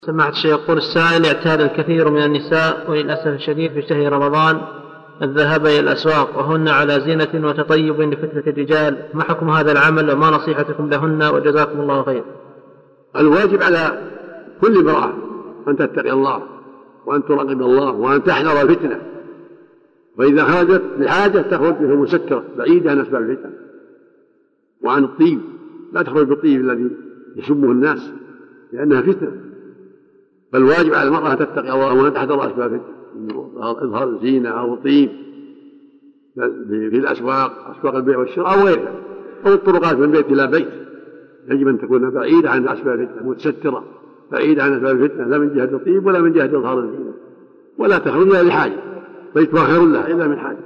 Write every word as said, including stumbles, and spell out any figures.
سماحة الشيخ، يقول السائل: اعتاد الكثير من النساء وللأسف الشديد في شهر رمضان الذهاب إلى الأسواق وهن على زينة وتطيب لفتنة الرجال، ما حكم هذا العمل وما نصيحتكم لهن وجزاكم الله خير؟ الواجب على كل امرأة أن تتقي الله وأن تراقب الله وأن تحذر الفتنة، فإذا خرجت لحاجة تخرج في مسكرة بعيدة عن أسباب الفتنة وعن الطيب، لا تخرج بالطيب الذي يسمه الناس لأنها فتنة. فالواجب على المرأة أن تتقي الله وأن تحذر أسباب الفتنة، إظهار الزينة أو الطيب في الأسواق، أسواق البيع والشراء أو غيرها، أو الطرقات من بيت إلى بيت، يجب أن تكون بعيدة عن أسباب الفتنة، متسترة بعيدة عن أسباب الفتنة، لا من جهة الطيب ولا من جهة إظهار الزينة، ولا تخرج إلا لحاجة، بيتها خير لها إلا من حاجة.